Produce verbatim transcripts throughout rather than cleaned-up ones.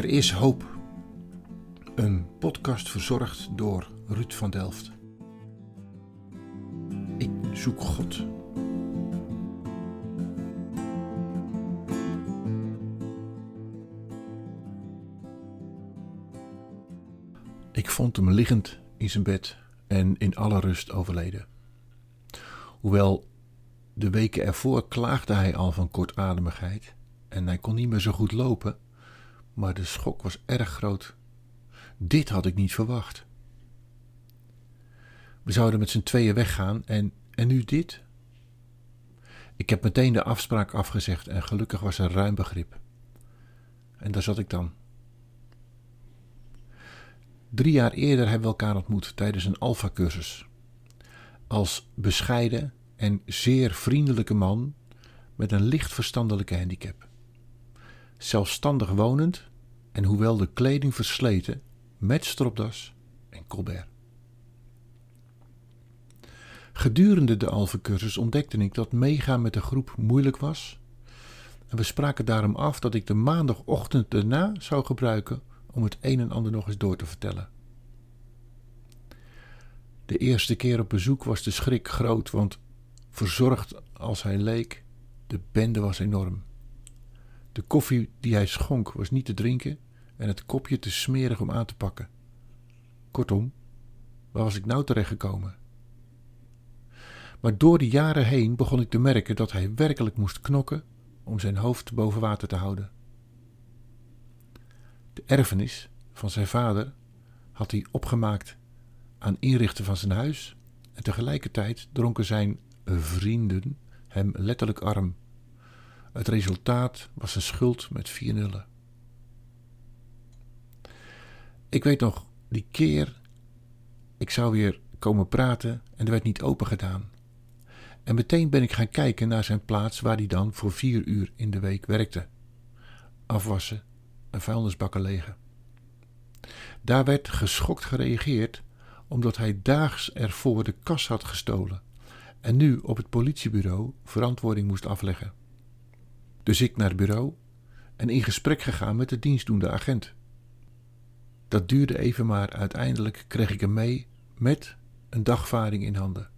is hoop. Een podcast verzorgd door Ruud van Delft. Ik zoek God. Ik vond hem liggend in zijn bed en in alle rust overleden. Hoewel de weken ervoor klaagde hij al van kortademigheid en hij kon niet meer zo goed lopen, maar de schok was erg groot. Dit had ik niet verwacht. We zouden met z'n tweeën weggaan en, en nu dit? Ik heb meteen de afspraak afgezegd en gelukkig was er ruim begrip. En daar zat ik dan. Drie jaar eerder hebben we elkaar ontmoet tijdens een Alpha-cursus. Als bescheiden en zeer vriendelijke man met een licht verstandelijke handicap. Zelfstandig wonend en hoewel de kleding versleten, met stropdas en colbert. Gedurende de Alpha-cursus ontdekte ik dat meegaan met de groep moeilijk was. En we spraken daarom af dat ik de maandagochtend daarna zou gebruiken om het een en ander nog eens door te vertellen. De eerste keer op bezoek was de schrik groot, want verzorgd als hij leek, de bende was enorm. De koffie die hij schonk was niet te drinken en het kopje te smerig om aan te pakken. Kortom, waar was ik nou terechtgekomen? Maar door de jaren heen begon ik te merken dat hij werkelijk moest knokken om zijn hoofd boven water te houden. De erfenis van zijn vader had hij opgemaakt aan inrichten van zijn huis en tegelijkertijd dronken zijn vrienden hem letterlijk arm. Het resultaat was een schuld met vier nullen. Ik weet nog, die keer, ik zou weer komen praten en er werd niet open gedaan. En meteen ben ik gaan kijken naar zijn plaats waar hij dan voor vier uur in de week werkte. Afwassen en vuilnisbakken legen. Daar werd geschokt gereageerd omdat hij daags ervoor de kas had gestolen en nu op het politiebureau verantwoording moest afleggen. Dus ik naar het bureau en in gesprek gegaan met de dienstdoende agent. Dat duurde even, maar uiteindelijk kreeg ik hem mee met een dagvaarding in handen.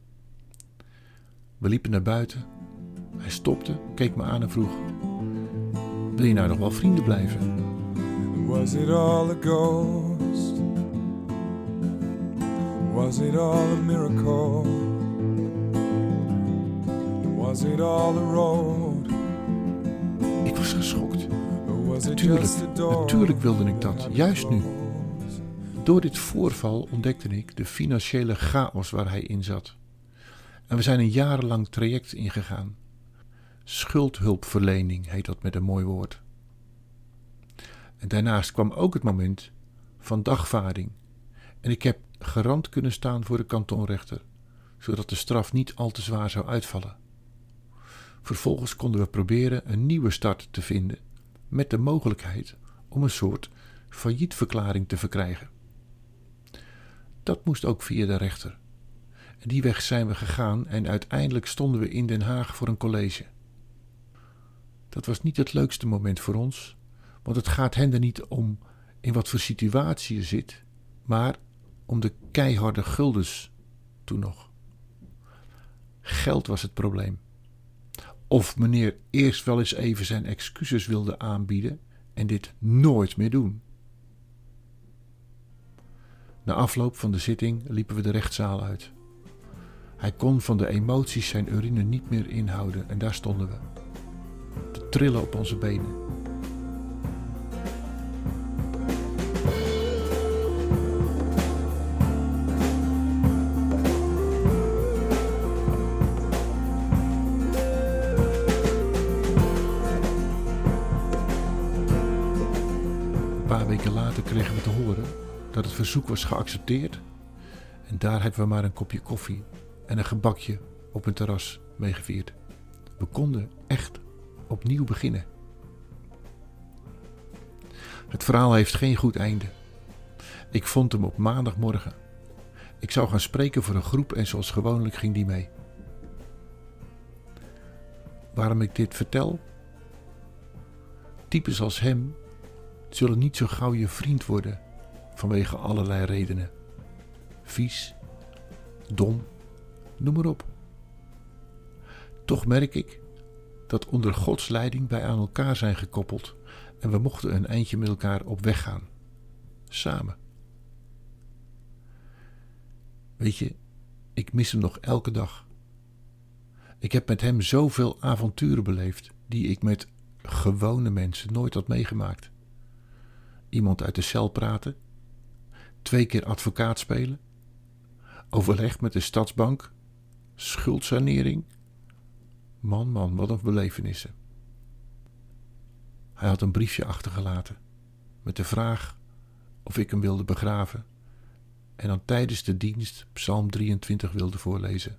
We liepen naar buiten. Hij stopte, keek me aan en vroeg: wil je nou nog wel vrienden blijven? Was it all a ghost? Was it all a miracle? Was it all a road? Ik was geschokt. Natuurlijk, natuurlijk wilde ik dat, juist nu. Door dit voorval ontdekte ik de financiële chaos waar hij in zat. En we zijn een jarenlang traject ingegaan. Schuldhulpverlening heet dat met een mooi woord. En daarnaast kwam ook het moment van dagvaarding. En ik heb garant kunnen staan voor de kantonrechter, zodat de straf niet al te zwaar zou uitvallen. Vervolgens konden we proberen een nieuwe start te vinden, met de mogelijkheid om een soort faillietverklaring te verkrijgen. Dat moest ook via de rechter. En die weg zijn we gegaan en uiteindelijk stonden we in Den Haag voor een college. Dat was niet het leukste moment voor ons, want het gaat hen er niet om in wat voor situatie je zit, maar om de keiharde guldens toen nog. Geld was het probleem. Of meneer eerst wel eens even zijn excuses wilde aanbieden en dit nooit meer doen. Na afloop van de zitting liepen we de rechtszaal uit. Hij kon van de emoties zijn urine niet meer inhouden en daar stonden we, te trillen op onze benen. Een paar weken later kregen we te horen dat het verzoek was geaccepteerd en daar hebben we maar een kopje koffie en een gebakje op een terras mee gevierd. We konden echt opnieuw beginnen. Het verhaal heeft geen goed einde. Ik vond hem op maandagmorgen. Ik zou gaan spreken voor een groep en zoals gewoonlijk ging die mee. Waarom ik dit vertel? Types als hem zullen niet zo gauw je vriend worden vanwege allerlei redenen. Vies, dom, noem maar op. Toch merk ik dat onder Gods leiding wij aan elkaar zijn gekoppeld en we mochten een eindje met elkaar op weg gaan. Samen. Weet je, ik mis hem nog elke dag. Ik heb met hem zoveel avonturen beleefd die ik met gewone mensen nooit had meegemaakt. Iemand uit de cel praten, twee keer advocaat spelen, overleg met de stadsbank, schuldsanering. Man, man, wat een belevenissen. Hij had een briefje achtergelaten met de vraag of ik hem wilde begraven en dan tijdens de dienst Psalm drieëntwintig wilde voorlezen.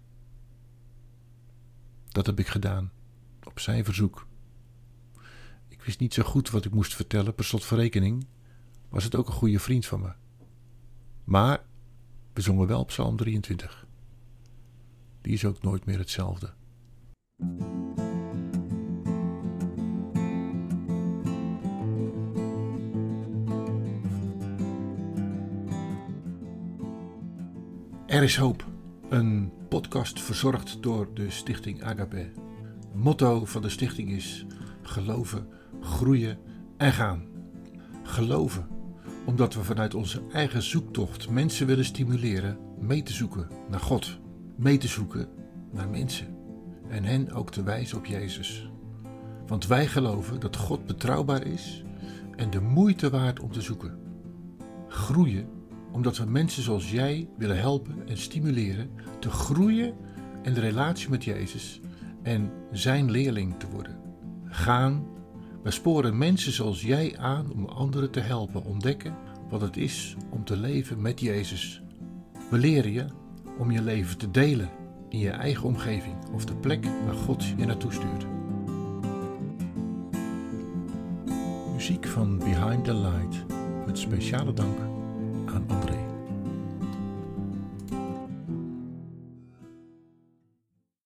Dat heb ik gedaan, op zijn verzoek. Ik wist niet zo goed wat ik moest vertellen, per slot van rekening was het ook een goede vriend van me. Maar we zongen wel Psalm drieëntwintig. Die is ook nooit meer hetzelfde. Er is hoop. Een podcast verzorgd door de stichting Agape. Het motto van de stichting is geloven, groeien en gaan. Geloven, omdat we vanuit onze eigen zoektocht mensen willen stimuleren mee te zoeken naar God. Mee te zoeken naar mensen. En hen ook te wijzen op Jezus. Want wij geloven dat God betrouwbaar is en de moeite waard om te zoeken. Groeien, omdat we mensen zoals jij willen helpen en stimuleren te groeien in de relatie met Jezus en zijn leerling te worden. Gaan, we sporen mensen zoals jij aan om anderen te helpen ontdekken wat het is om te leven met Jezus. We leren je om je leven te delen in je eigen omgeving of de plek waar God je naartoe stuurt. Muziek van Behind the Light met speciale dank aan André.